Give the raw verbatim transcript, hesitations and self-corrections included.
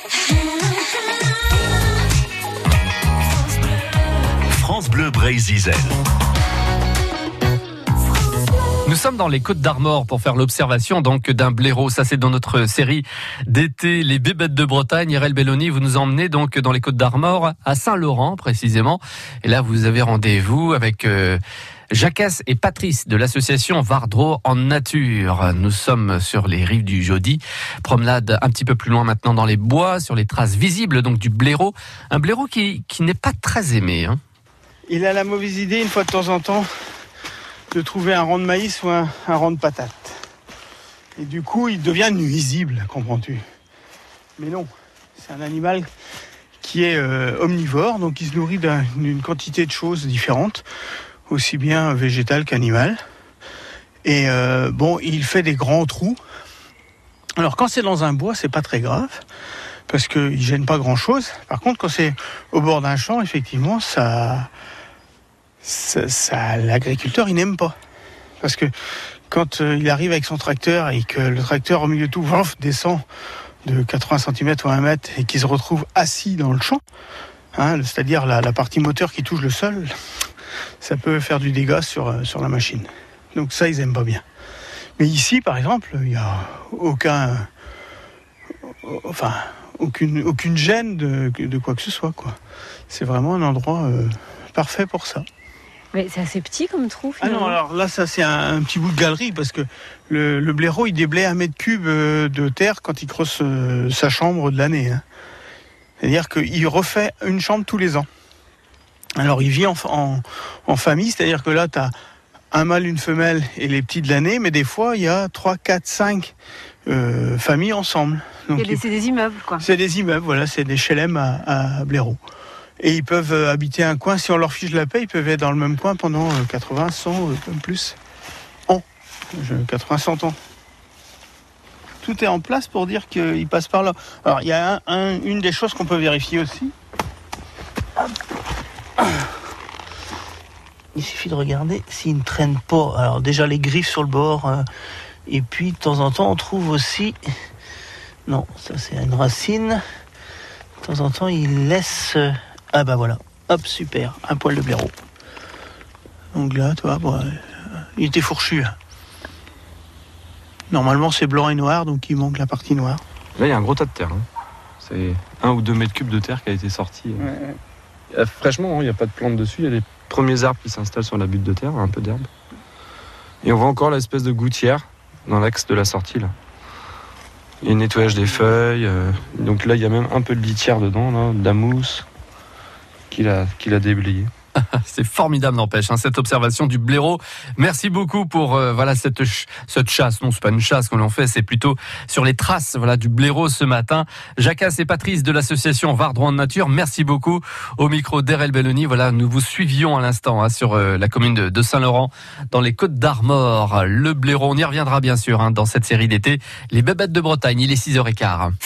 France Bleu Brésil. Nous sommes dans les Côtes d'Armor pour faire l'observation donc d'un blaireau. Ça, c'est dans notre série d'été, les bébêtes de Bretagne. R L Belloni, vous nous emmenez donc dans les Côtes d'Armor, à Saint-Laurent précisément. Et là, vous avez rendez-vous avec euh, Jacasse et Patrice de l'association Vardro en nature. Nous sommes sur les rives du Jodi. Promenade un petit peu plus loin maintenant dans les bois, sur les traces visibles donc du blaireau. Un blaireau qui, qui n'est pas très aimé, hein. Il a la mauvaise idée, une fois de temps en temps, de trouver un rang de maïs ou un, un rang de patates. Et du coup, il devient nuisible, comprends-tu? Mais non, c'est un animal qui est euh, omnivore, donc il se nourrit d'un, d'une quantité de choses différentes, aussi bien végétales qu'animales. Et euh, bon, il fait des grands trous. Alors quand c'est dans un bois, c'est pas très grave, parce qu'il gêne pas grand-chose. Par contre, quand c'est au bord d'un champ, effectivement, ça... Ça, ça, l'agriculteur, il n'aime pas. Parce que quand euh, il arrive avec son tracteur et que le tracteur, au milieu de tout, vrouf, descend de quatre-vingts centimètres ou un mètre et qu'il se retrouve assis dans le champ, hein, c'est-à-dire la, la partie moteur qui touche le sol, ça peut faire du dégât sur, sur la machine. Donc ça, ils n'aiment pas bien. Mais ici, par exemple, il n'y a aucun... Enfin, aucune, aucune gêne de, de quoi que ce soit, quoi. C'est vraiment un endroit euh, parfait pour ça. Mais c'est assez petit comme trou, finalement. Ah non, alors là, ça c'est un, un petit bout de galerie, parce que le, le blaireau, il déblaye un mètre cube de terre quand il creuse euh, sa chambre de l'année. Hein. C'est-à-dire qu'il refait une chambre tous les ans. Alors, il vit en, en, en famille, c'est-à-dire que là, tu as un mâle, une femelle et les petits de l'année, mais des fois, il y a trois, quatre, cinq euh, familles ensemble. Donc, il, c'est des immeubles, quoi. C'est des immeubles, voilà, c'est des H L M à, à blaireau. Et ils peuvent habiter un coin, si on leur fiche la paix, ils peuvent être dans le même coin pendant quatre-vingts, cent, même plus, ans. quatre-vingts, cent ans. Tout est en place pour dire qu'ils passent par là. Alors, il y a un, un, une des choses qu'on peut vérifier aussi. Il suffit de regarder s'ils ne traînent pas. Alors, déjà, les griffes sur le bord. Euh, et puis, de temps en temps, on trouve aussi... Non, ça, c'est une racine. De temps en temps, ils laissent... Ah bah voilà, hop, super, un poil de blaireau. Donc là, tu vois, bon, il était fourchu. Hein. Normalement, c'est blanc et noir, donc il manque la partie noire. Là, il y a un gros tas de terre. Hein. C'est un ou deux mètres cubes de terre qui a été sorti. Ouais, ouais. Fraîchement, il n'y a pas de plantes dessus. Il y a les premiers arbres qui s'installent sur la butte de terre, un peu d'herbe. Et on voit encore l'espèce de gouttière dans l'axe de la sortie, là. Il y a le nettoyage des feuilles. Euh, donc là, il y a même un peu de litière dedans, là, de la mousse qu'il a, qu'il a déblayé. C'est formidable, n'empêche, hein, cette observation du blaireau. Merci beaucoup pour euh, voilà cette ch- cette chasse. Non, c'est pas une chasse qu'on en fait, c'est plutôt sur les traces voilà du blaireau ce matin. Jacasse et Patrice de l'association Vardro en nature. Merci beaucoup au micro d'R L Belloni. Voilà, nous vous suivions à l'instant hein, sur euh, la commune de, de Saint-Laurent, dans les Côtes d'Armor. Le blaireau, on y reviendra bien sûr hein, dans cette série d'été. Les bébêtes de Bretagne. Il est six heures quinze.